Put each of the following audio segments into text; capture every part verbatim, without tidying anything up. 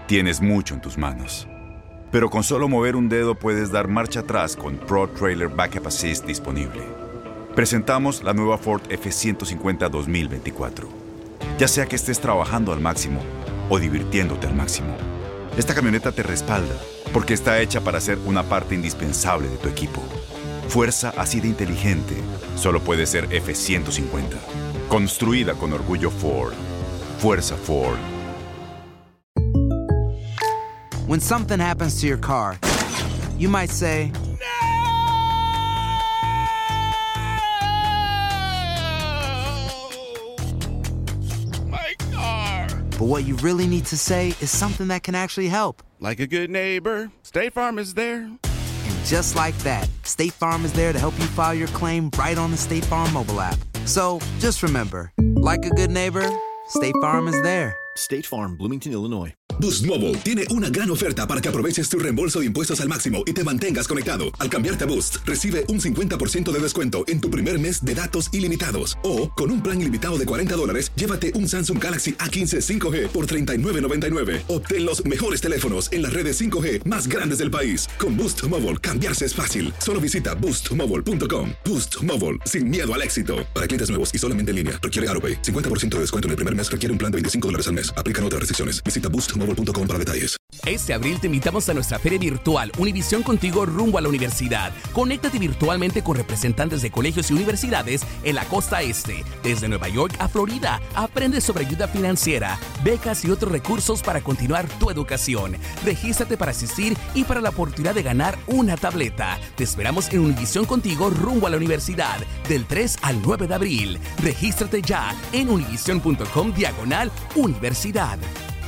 Tienes mucho en tus manos. Pero con solo mover un dedo puedes dar marcha atrás con Pro Trailer Backup Assist disponible. Presentamos la nueva Ford F ciento cincuenta dos mil veinticuatro. Ya sea que estés trabajando al máximo o divirtiéndote al máximo, esta camioneta te respalda porque está hecha para ser una parte indispensable de tu equipo. Fuerza así de inteligente solo puede ser F ciento cincuenta. Construida con orgullo Ford. Fuerza Ford. When something happens to your car, you might say, My car! but what you really need to say is something that can actually help. Like a good neighbor, State Farm is there. And just like that, State Farm is there to help you file your claim right on the State Farm mobile app. So just remember, like a good neighbor, State Farm is there. State Farm, Bloomington, Illinois. Boost Mobile tiene una gran oferta para que aproveches tu reembolso de impuestos al máximo y te mantengas conectado. Al cambiarte a Boost, recibe un cincuenta por ciento de descuento en tu primer mes de datos ilimitados. O, con un plan ilimitado de cuarenta dólares, llévate un Samsung Galaxy A quince cinco G por treinta y nueve noventa y nueve. Obtén los mejores teléfonos en las redes cinco G más grandes del país. Con Boost Mobile, cambiarse es fácil. Solo visita boost mobile punto com. Boost Mobile, sin miedo al éxito. Para clientes nuevos y solamente en línea, requiere AutoPay. cincuenta por ciento de descuento en el primer mes requiere un plan de veinticinco dólares al mes. Aplican otras restricciones. Visita boost mobile punto com para detalles. Este abril te invitamos a nuestra feria virtual Univisión Contigo rumbo a la universidad. Conéctate virtualmente con representantes de colegios y universidades en la costa este. Desde Nueva York a Florida, aprende sobre ayuda financiera, becas y otros recursos para continuar tu educación. Regístrate para asistir y para la oportunidad de ganar una tableta. Te esperamos en Univisión Contigo rumbo a la universidad del tres al nueve de abril. Regístrate ya en univision punto com diagonal universidad.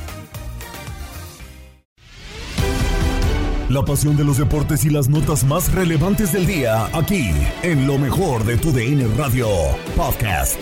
La pasión de los deportes y las notas más relevantes del día, aquí, en lo mejor de tu D N Radio Podcast.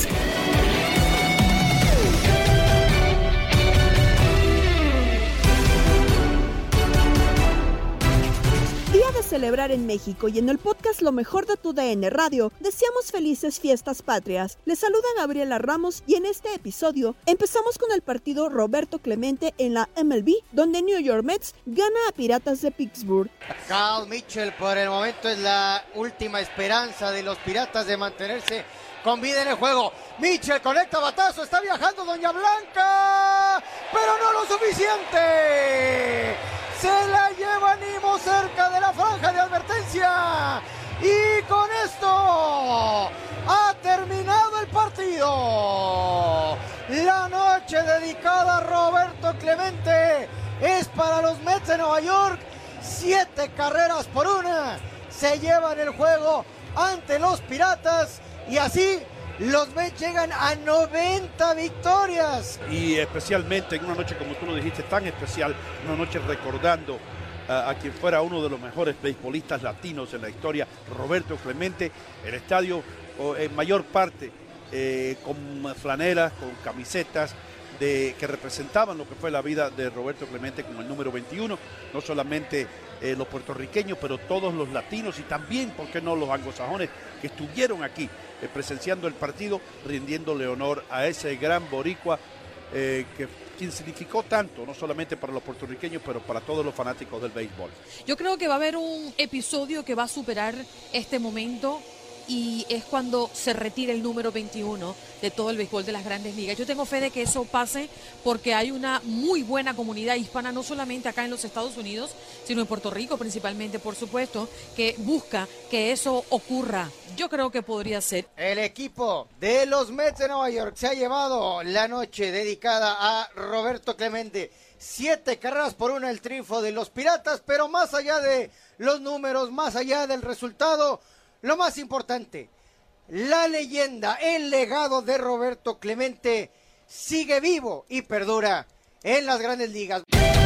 Día de celebrar en México y en el podcast Lo Mejor de tu D N Radio, deseamos felices fiestas patrias. Les saluda Gabriela Ramos y en este episodio empezamos con el partido Roberto Clemente en la M L B, donde New York Mets gana a Piratas de Pittsburgh. Cal Mitchell por el momento es la última esperanza de los Piratas de mantenerse con vida en el juego. Mitchell conecta batazo, está viajando Doña Blanca, pero no lo suficiente. Se la lleva Nimo cerca de la franja de advertencia. Y con esto ha terminado el partido. La noche dedicada a Roberto Clemente es para los Mets de Nueva York. Siete carreras por una se llevan el juego ante los Piratas. Y así los Mets llegan a noventa victorias. Y especialmente en una noche, como tú lo dijiste, tan especial, una noche recordando uh, a quien fuera uno de los mejores beisbolistas latinos en la historia, Roberto Clemente. El estadio oh, en mayor parte eh, con flanelas, con camisetas de, que representaban lo que fue la vida de Roberto Clemente con el número veintiuno, no solamente eh, los puertorriqueños, pero todos los latinos y también, ¿por qué no?, los anglosajones que estuvieron aquí eh, presenciando el partido, rindiéndole honor a ese gran boricua eh, que quien significó tanto, no solamente para los puertorriqueños, pero para todos los fanáticos del béisbol. Yo creo que va a haber un episodio que va a superar este momento y es cuando se retire el número veintiuno de todo el béisbol de las Grandes Ligas. Yo tengo fe de que eso pase porque hay una muy buena comunidad hispana, no solamente acá en los Estados Unidos, sino en Puerto Rico principalmente, por supuesto, que busca que eso ocurra. Yo creo que podría ser. El equipo de los Mets de Nueva York se ha llevado la noche dedicada a Roberto Clemente. Siete carreras por una el triunfo de los Piratas, pero más allá de los números, más allá del resultado, lo más importante, la leyenda, el legado de Roberto Clemente sigue vivo y perdura en las Grandes Ligas.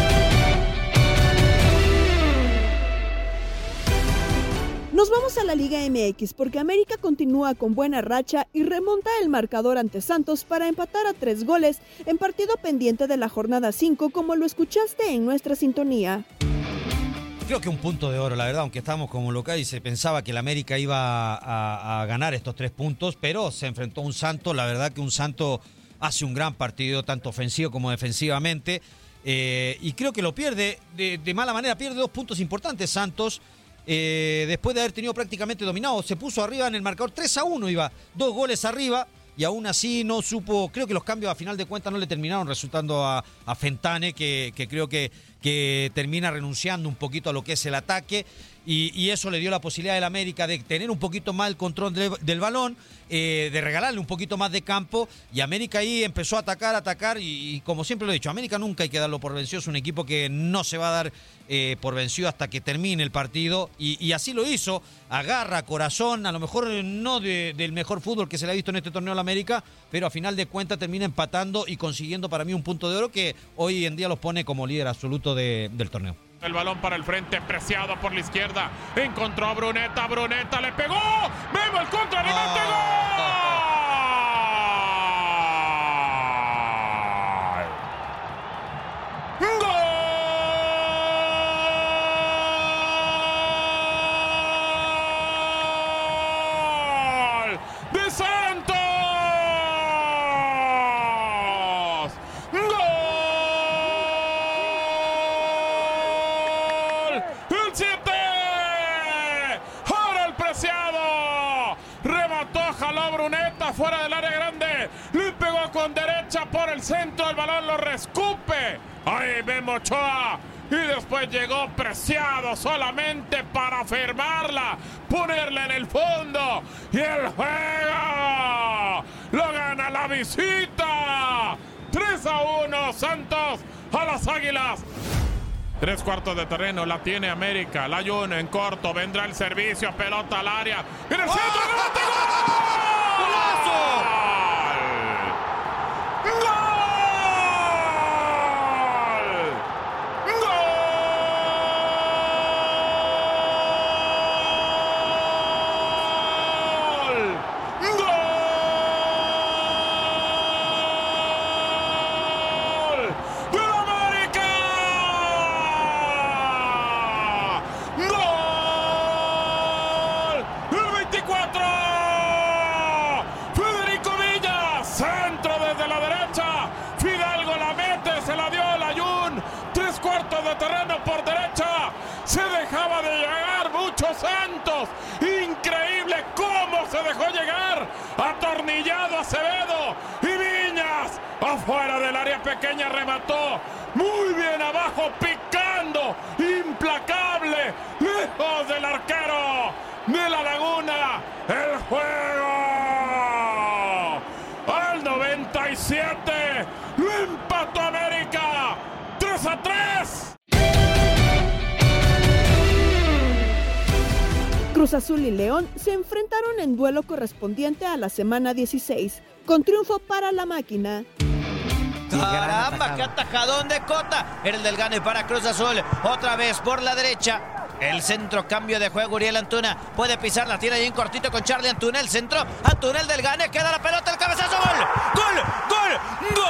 Nos vamos a la Liga M X porque América continúa con buena racha y remonta el marcador ante Santos para empatar a tres goles en partido pendiente de la jornada cinco, como lo escuchaste en nuestra sintonía. Creo que un punto de oro, la verdad, aunque estábamos como local y se pensaba que el América iba a, a ganar estos tres puntos, pero se enfrentó a un Santos, la verdad que un Santos hace un gran partido, tanto ofensivo como defensivamente, eh, y creo que lo pierde de, de mala manera, pierde dos puntos importantes Santos, eh, después de haber tenido prácticamente dominado, se puso arriba en el marcador tres a uno, iba dos goles arriba, y aún así no supo, creo que los cambios a final de cuentas no le terminaron resultando a, a Fentane, que, que creo que, que termina renunciando un poquito a lo que es el ataque, y, y eso le dio la posibilidad del América de tener un poquito más el control de, del balón, eh, de regalarle un poquito más de campo, y América ahí empezó a atacar, atacar, y, y como siempre lo he dicho, América nunca hay que darlo por vencido, es un equipo que no se va a dar eh, por vencido hasta que termine el partido, y, y así lo hizo, agarra, corazón, a lo mejor no de, del mejor fútbol que se le ha visto en este torneo a la América, pero a final de cuentas termina empatando y consiguiendo para mí un punto de oro que hoy en día los pone como líder absoluto de, del torneo. El balón para el frente, Preciado por la izquierda. Encontró a Bruneta, Bruneta le pegó. Memo el contra, remate, ¡gol! ¡Gol! ¡De Santos! Jaló Bruneta fuera del área grande, le pegó con derecha por el centro, el balón lo rescupe, ahí Memo Ochoa, y después llegó Preciado solamente para firmarla, ponerla en el fondo, y el juego lo gana la visita, tres a uno Santos a las Águilas. Tres cuartos de terreno, la tiene América. Layún en corto, vendrá el servicio, pelota al área. ¡En el centro! ¡Remate, gol! ¡Golazo! ¡Gol! ¡Gol! ¡Gol! De terreno por derecha, se dejaba de llegar mucho Santos, increíble cómo se dejó llegar, atornillado Acevedo y Viñas, afuera del área pequeña remató, muy bien abajo, picando, implacable, lejos del arquero de La Laguna, el juego al noventa y siete, lo empató América, tres a tres. Cruz Azul y León se enfrentaron en duelo correspondiente a la semana dieciséis, con triunfo para la máquina. ¡Caramba, qué atajadón de Cota! Era el del gane para Cruz Azul, otra vez por la derecha. El centro, cambio de juego, Uriel Antuna puede pisarla, tiene ahí en cortito con Charlie Antuna, el centro, Antuna el del gane, queda la pelota, el cabezazo, gol, gol, gol, gol.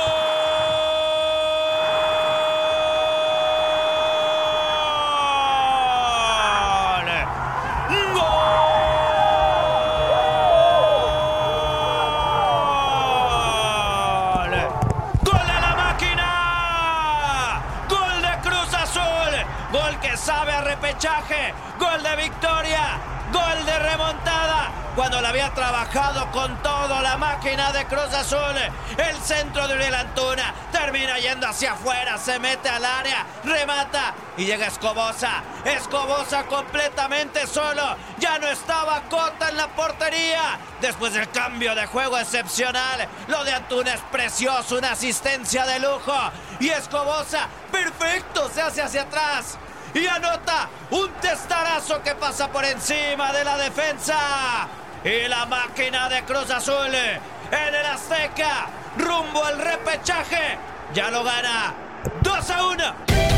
Sabe a repechaje, gol de victoria, gol de remontada, cuando la había trabajado con todo la máquina de Cruz Azul, el centro de Uriel Antuna, termina yendo hacia afuera, se mete al área, remata y llega Escobosa, Escobosa completamente solo, ya no estaba Cota en la portería, después del cambio de juego excepcional, lo de Antuna es precioso, una asistencia de lujo, y Escobosa, perfecto, se hace hacia atrás, y anota un testarazo que pasa por encima de la defensa. Y la máquina de Cruz Azul en el Azteca, rumbo al repechaje, ya lo gana dos a uno.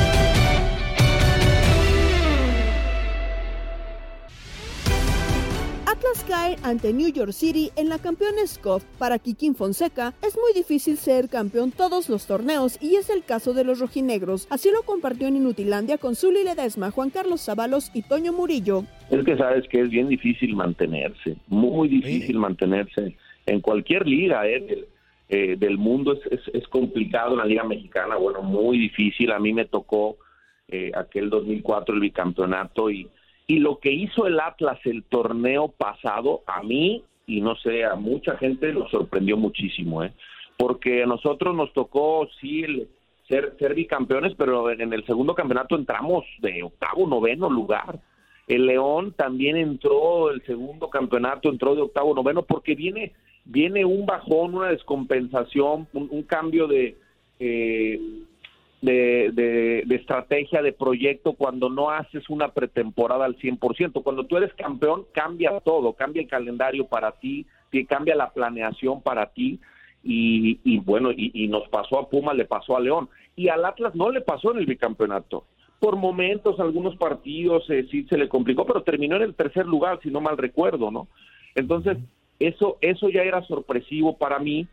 Atlas cae ante New York City en la Campeones Cup. Para Kikín Fonseca, es muy difícil ser campeón todos los torneos y es el caso de los rojinegros. Así lo compartió en Inutilandia con Zuli Ledesma, Juan Carlos Zavalos y Toño Murillo. Es que sabes que es bien difícil mantenerse, muy difícil sí. mantenerse en cualquier liga, ¿eh? eh, del mundo. Es, es, es complicado en la Liga Mexicana, bueno, muy difícil. A mí me tocó eh, aquel dos mil cuatro el bicampeonato y, y lo que hizo el Atlas el torneo pasado, a mí, y no sé, a mucha gente nos sorprendió muchísimo, ¿eh? Porque a nosotros nos tocó, sí, el, ser, ser bicampeones, pero en el segundo campeonato entramos de octavo, noveno lugar. El León también entró, el segundo campeonato entró de octavo, noveno, porque viene viene un bajón, una descompensación, un, un cambio de, eh, de, de, de estrategia, de proyecto, cuando no haces una pretemporada al cien por ciento. Cuando tú eres campeón, cambia todo, cambia el calendario para ti, cambia la planeación para ti, y, y bueno, y, y nos pasó a Pumas, le pasó a León, y al Atlas no le pasó en el bicampeonato. Por momentos, algunos partidos eh, sí se le complicó, pero terminó en el tercer lugar, si no mal recuerdo, ¿no? Entonces, eso eso ya era sorpresivo para mí,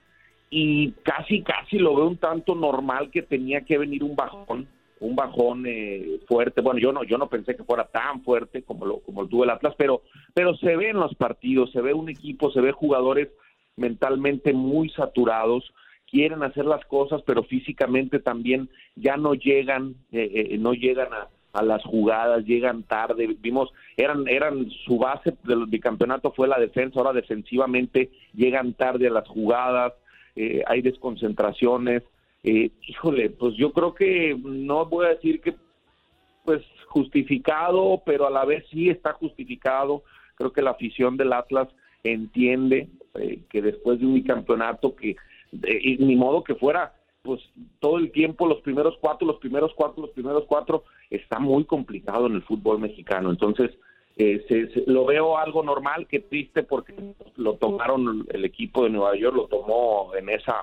y casi, casi lo veo un tanto normal que tenía que venir un bajón, un bajón eh, fuerte. Bueno, yo no yo no pensé que fuera tan fuerte como lo como tuvo el Atlas, pero pero se ve en los partidos, se ve un equipo, se ve jugadores mentalmente muy saturados, quieren hacer las cosas, pero físicamente también ya no llegan, eh, eh, no llegan a, a las jugadas, llegan tarde. Vimos, eran, eran su base del bicampeonato fue la defensa, ahora defensivamente llegan tarde a las jugadas, eh, hay desconcentraciones. Eh, híjole, pues yo creo que no voy a decir que pues justificado, pero a la vez sí está justificado. Creo que la afición del Atlas entiende eh, que después de un bicampeonato que Eh, ni modo que fuera pues todo el tiempo los primeros cuatro, los primeros cuatro, los primeros cuatro, está muy complicado en el fútbol mexicano. Entonces eh, se, se, lo veo algo normal, que triste, porque lo tomaron, el equipo de Nueva York lo tomó en esa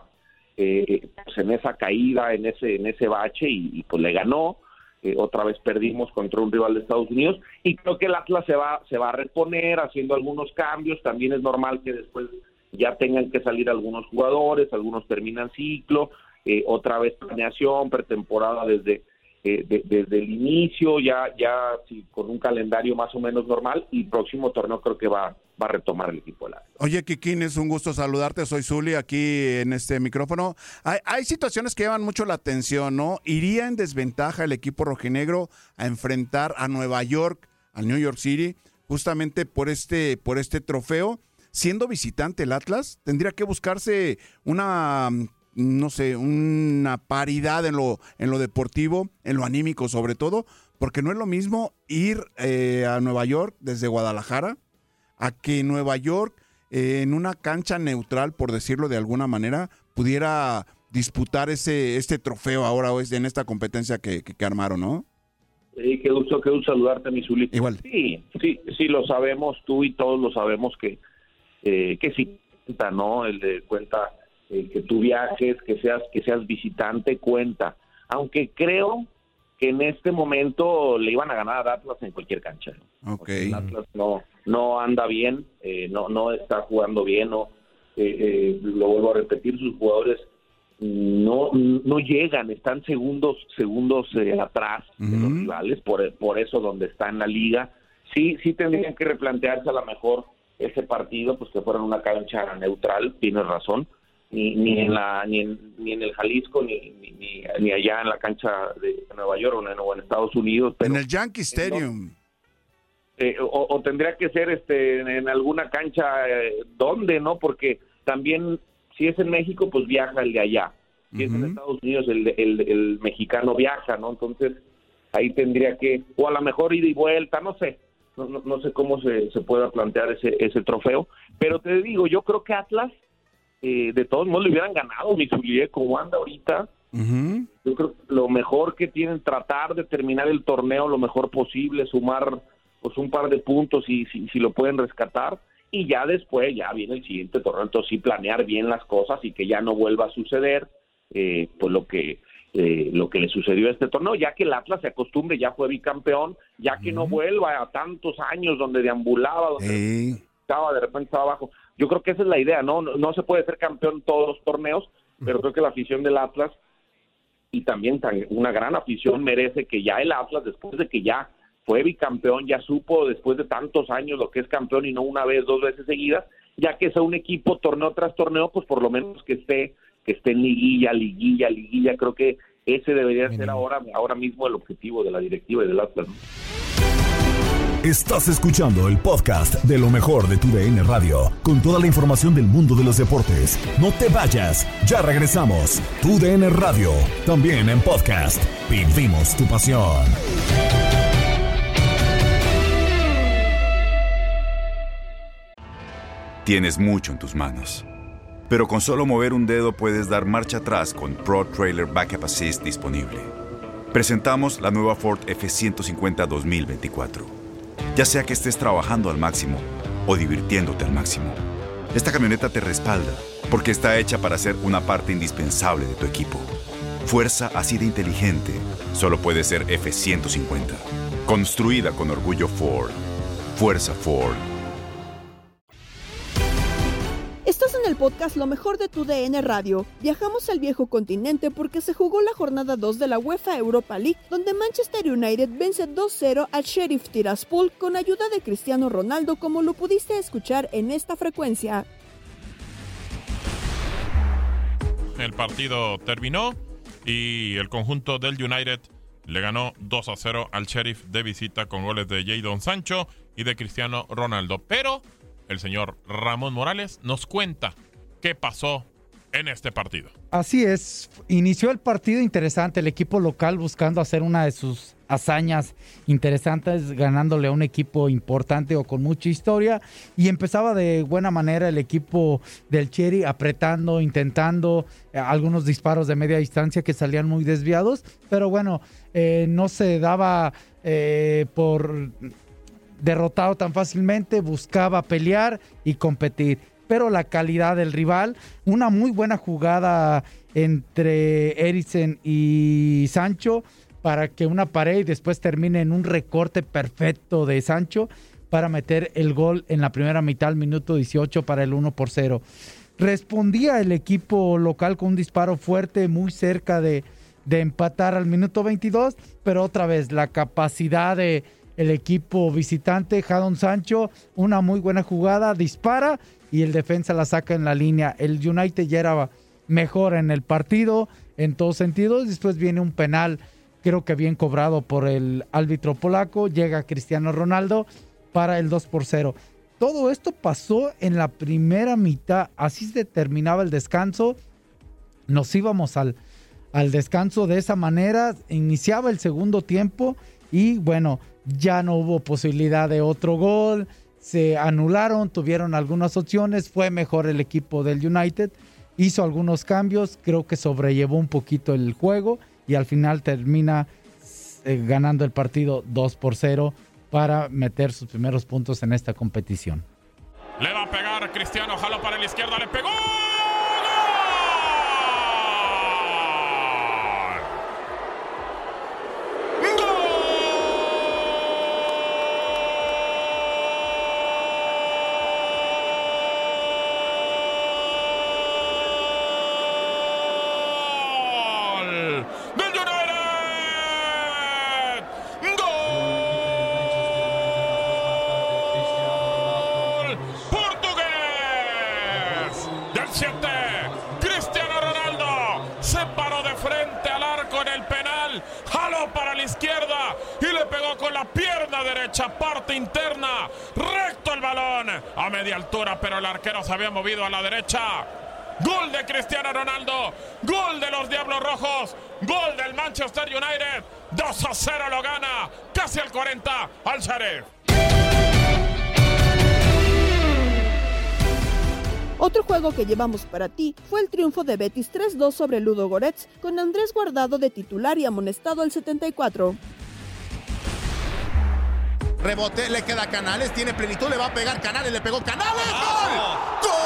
eh, pues en esa caída, en ese en ese bache, y, y pues le ganó. Eh, otra vez perdimos contra un rival de Estados Unidos, y creo que el Atlas se va se va a reponer haciendo algunos cambios. También es normal que después ya tengan que salir algunos jugadores, algunos terminan ciclo, eh, otra vez planeación, pretemporada desde eh, de, desde el inicio, ya ya sí, con un calendario más o menos normal, y próximo torneo creo que va, va a retomar el equipo. Oye, Kikín, es un gusto saludarte, soy Zuli aquí en este micrófono. Hay, hay situaciones que llaman mucho la atención, ¿no? ¿Iría en desventaja el equipo rojinegro a enfrentar a Nueva York, al New York City, justamente por este, por este trofeo? Siendo visitante el Atlas, tendría que buscarse una, no sé, una paridad en lo, en lo deportivo, en lo anímico sobre todo, porque no es lo mismo ir eh, a Nueva York desde Guadalajara a que Nueva York eh, en una cancha neutral, por decirlo de alguna manera, pudiera disputar ese este trofeo ahora en esta competencia que, que, que armaron, ¿no? Sí, qué gusto, qué gusto saludarte, mi Zuli. Igual. Sí, sí, sí, lo sabemos, tú y todos lo sabemos que Eh, que sí cuenta, ¿no? El de cuenta eh, que tú viajes, que seas que seas visitante, cuenta. Aunque creo que en este momento le iban a ganar a Atlas en cualquier cancha, ¿no? Okay. Atlas no no anda bien, eh, no no está jugando bien, no eh, eh, lo vuelvo a repetir, sus jugadores no no llegan, están segundos segundos eh, atrás uh-huh. de los rivales, por por eso donde está en la liga. Sí sí tendrían que replantearse a lo mejor ese partido, pues que fuera en una cancha neutral. Tienes razón, ni ni en la ni en, ni en el Jalisco ni, ni ni allá en la cancha de Nueva York o en, o en Estados Unidos, pero en el Yankee Stadium. Eh, o, o tendría que ser este en, en alguna cancha eh, donde, ¿no? Porque también si es en México, pues viaja el de allá. Si uh-huh. es en Estados Unidos, el, el el mexicano viaja, ¿no? Entonces ahí tendría que, o a lo mejor ida y vuelta, no sé. No, no, no sé cómo se, se pueda plantear ese ese trofeo, pero te digo, yo creo que Atlas, eh, de todos modos, le hubieran ganado, mi Zulié, como anda ahorita. Uh-huh. Yo creo que lo mejor que tienen, tratar de terminar el torneo lo mejor posible, sumar pues un par de puntos y si, si lo pueden rescatar, y ya después, ya viene el siguiente torneo, entonces sí planear bien las cosas y que ya no vuelva a suceder, eh, pues lo que... Eh, lo que le sucedió a este torneo, ya que el Atlas se acostumbre, ya fue bicampeón, ya que uh-huh. no vuelva a tantos años donde deambulaba, donde hey. estaba, de repente estaba abajo. Yo creo que esa es la idea, ¿no? No, no se puede ser campeón en todos los torneos, uh-huh. pero creo que la afición del Atlas, y también una gran afición, merece que ya el Atlas, después de que ya fue bicampeón, ya supo después de tantos años lo que es campeón, y no una vez, dos veces seguidas, ya que sea un equipo torneo tras torneo, pues por lo menos que esté, que esté en liguilla, liguilla, liguilla. Creo que ese debería ser ahora, ahora mismo el objetivo de la directiva y del Atlas, ¿no? Estás escuchando el podcast de lo mejor de tu D N Radio, con toda la información del mundo de los deportes. No te vayas, ya regresamos. Tu D N Radio, también en podcast. Vivimos tu pasión. Tienes mucho en tus manos, pero con solo mover un dedo puedes dar marcha atrás con Pro Trailer Backup Assist disponible. Presentamos la nueva Ford F ciento cincuenta dos mil veinticuatro. Ya sea que estés trabajando al máximo o divirtiéndote al máximo, esta camioneta te respalda porque está hecha para ser una parte indispensable de tu equipo. Fuerza así de inteligente solo puede ser F ciento cincuenta. Construida con orgullo Ford. Fuerza Ford. Estás en el podcast Lo Mejor de tu D N Radio. Viajamos al viejo continente porque se jugó la jornada dos de la UEFA Europa League, donde Manchester United vence dos cero al Sheriff Tiraspol con ayuda de Cristiano Ronaldo, como lo pudiste escuchar en esta frecuencia. El partido terminó y el conjunto del United le ganó dos a cero al Sheriff de visita con goles de Jadon Sancho y de Cristiano Ronaldo. Pero el señor Ramón Morales nos cuenta qué pasó en este partido. Así es, inició el partido interesante, el equipo local buscando hacer una de sus hazañas interesantes, ganándole a un equipo importante o con mucha historia, y empezaba de buena manera el equipo del Cherry apretando, intentando eh, algunos disparos de media distancia que salían muy desviados, pero bueno, eh, no se daba eh, por derrotado tan fácilmente, buscaba pelear y competir, pero la calidad del rival, una muy buena jugada entre Eriksen y Sancho para que una pared y después termine en un recorte perfecto de Sancho para meter el gol en la primera mitad, al minuto dieciocho, para el uno por cero. Respondía el equipo local con un disparo fuerte muy cerca de, de empatar al minuto veintidós, pero otra vez la capacidad de el equipo visitante, Jadon Sancho, una muy buena jugada, dispara y el defensa la saca en la línea. El United ya era mejor en el partido en todos sentidos. Después viene un penal, creo que bien cobrado por el árbitro polaco. Llega Cristiano Ronaldo para el dos por cero. Todo esto pasó en la primera mitad. Así se terminaba el descanso. Nos íbamos al, al descanso de esa manera. Iniciaba el segundo tiempo y bueno, ya no hubo posibilidad de otro gol, se anularon, tuvieron algunas opciones, fue mejor el equipo del United, hizo algunos cambios, creo que sobrellevó un poquito el juego y al final termina eh, ganando el partido dos por cero para meter sus primeros puntos en esta competición. Le va a pegar Cristiano, jaló para la izquierda, le pegó. Cristiano Ronaldo se paró de frente al arco en el penal, jaló para la izquierda y le pegó con la pierna derecha, parte interna, recto el balón a media altura, pero el arquero se había movido a la derecha. Gol de Cristiano Ronaldo, gol de los Diablos Rojos, gol del Manchester United, dos a cero lo gana, casi al cuarenta al Sheriff. Otro juego que llevamos para ti fue el triunfo de Betis tres dos sobre Ludogorets, con Andrés Guardado de titular y amonestado al setenta y cuatro. Rebote, le queda Canales, tiene plenitud, le va a pegar Canales, le pegó Canales, ¡gol! ¡Gol!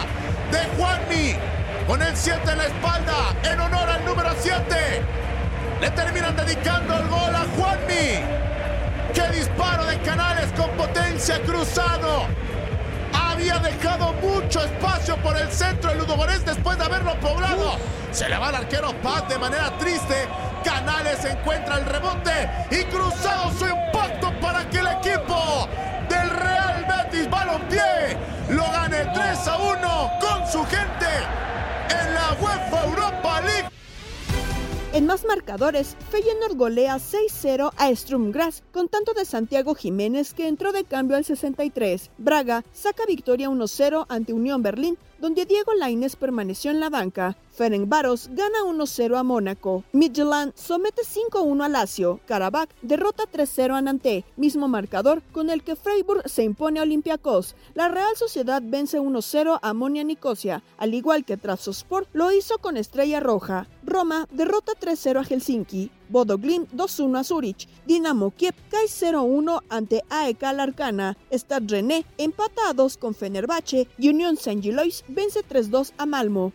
Con el siete en la espalda, en honor al número siete. Le terminan dedicando el gol a Juanmi. ¡Qué disparo de Canales con potencia cruzado! Había dejado mucho espacio por el centro el Ludogorets después de haberlo poblado. Se le va el arquero Paz de manera triste. Canales encuentra el rebote y cruzado su impacto para que el equipo del Real Betis Balompié lo gane tres a uno con su gente en la UEFA Europa League. En más marcadores, Feyenoord golea seis cero a Sturm Graz con tanto de Santiago Jiménez, que entró de cambio al sesenta y tres. Braga saca victoria uno cero ante Unión Berlín, donde Diego Lainez permaneció en la banca. Ferencváros gana uno cero a Mónaco. Midtjylland somete cinco uno a Lazio. Karabakh derrota tres cero a Nantes, mismo marcador con el que Freiburg se impone a Olympiacos. La Real Sociedad vence uno cero a Omonia Nicosia, al igual que Trabzonspor lo hizo con Estrella Roja. Roma derrota tres cero a Helsinki. Bodo Glimt dos uno a Zurich. Dinamo Kiev cae cero uno ante A E K Larkana. Stade Rennais empata a dos con Fenerbahce y Unión Saint-Gilloise vence tres dos a Malmo.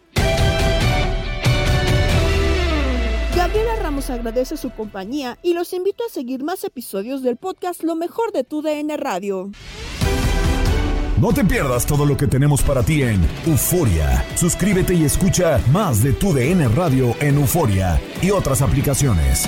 Gabriela Ramos agradece su compañía y los invito a seguir más episodios del podcast Lo Mejor de Tu D N Radio. No te pierdas todo lo que tenemos para ti en Euforia. Suscríbete y escucha más de Tu D N Radio en Euforia y otras aplicaciones.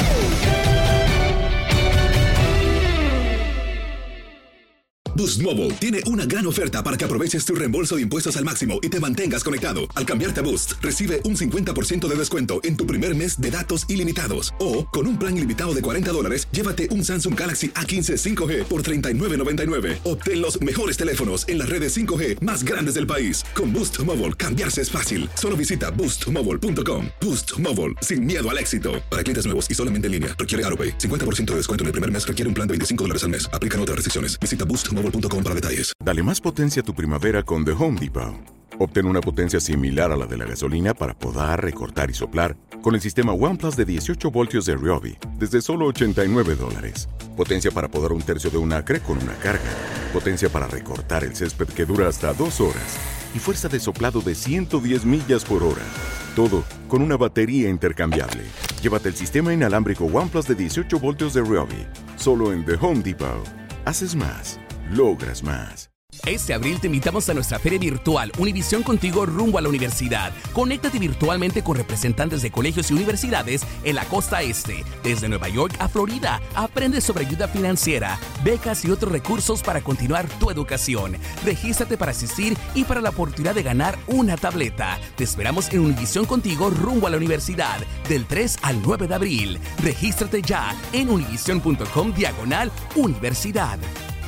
Boost Mobile tiene una gran oferta para que aproveches tu reembolso de impuestos al máximo y te mantengas conectado. Al cambiarte a Boost, recibe un cincuenta por ciento de descuento en tu primer mes de datos ilimitados. O, con un plan ilimitado de cuarenta dólares, llévate un Samsung Galaxy A quince cinco G por treinta y nueve noventa y nueve. Obtén los mejores teléfonos en las redes cinco G más grandes del país. Con Boost Mobile, cambiarse es fácil. Solo visita boost mobile punto com. Boost Mobile, sin miedo al éxito. Para clientes nuevos y solamente en línea, requiere AroPay. cincuenta por ciento de descuento en el primer mes requiere un plan de veinticinco dólares al mes. Aplican otras restricciones. Visita boost mobile punto com para detalles. Dale más potencia a tu primavera con The Home Depot. Obtén una potencia similar a la de la gasolina para podar, recortar y soplar con el sistema OnePlus de dieciocho voltios de Ryobi desde solo ochenta y nueve dólares. Potencia para podar un tercio de un acre con una carga. Potencia para recortar el césped que dura hasta dos horas. Y fuerza de soplado de ciento diez millas por hora. Todo con una batería intercambiable. Llévate el sistema inalámbrico OnePlus de dieciocho voltios de Ryobi. Solo en The Home Depot. Haces más. Logras más. Este abril te invitamos a nuestra feria virtual Univisión Contigo rumbo a la universidad. Conéctate virtualmente con representantes de colegios y universidades en la costa este, desde Nueva York a Florida. Aprende sobre ayuda financiera, becas y otros recursos para continuar tu educación. Regístrate para asistir y para la oportunidad de ganar una tableta. Te esperamos en Univisión Contigo rumbo a la universidad del tres al nueve de abril. Regístrate ya en univision punto com diagonal universidad.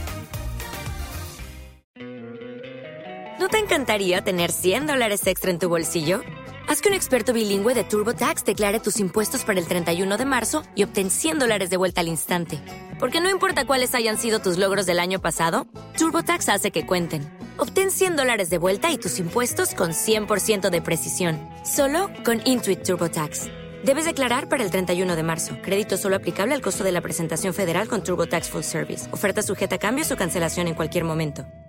¿No te encantaría tener cien dólares extra en tu bolsillo? Haz que un experto bilingüe de TurboTax declare tus impuestos para el treinta y uno de marzo y obtén cien dólares de vuelta al instante. Porque no importa cuáles hayan sido tus logros del año pasado, TurboTax hace que cuenten. Obtén cien dólares de vuelta y tus impuestos con cien por ciento de precisión. Solo con Intuit TurboTax. Debes declarar para el treinta y uno de marzo. Crédito solo aplicable al costo de la presentación federal con TurboTax Full Service. Oferta sujeta a cambios o cancelación en cualquier momento.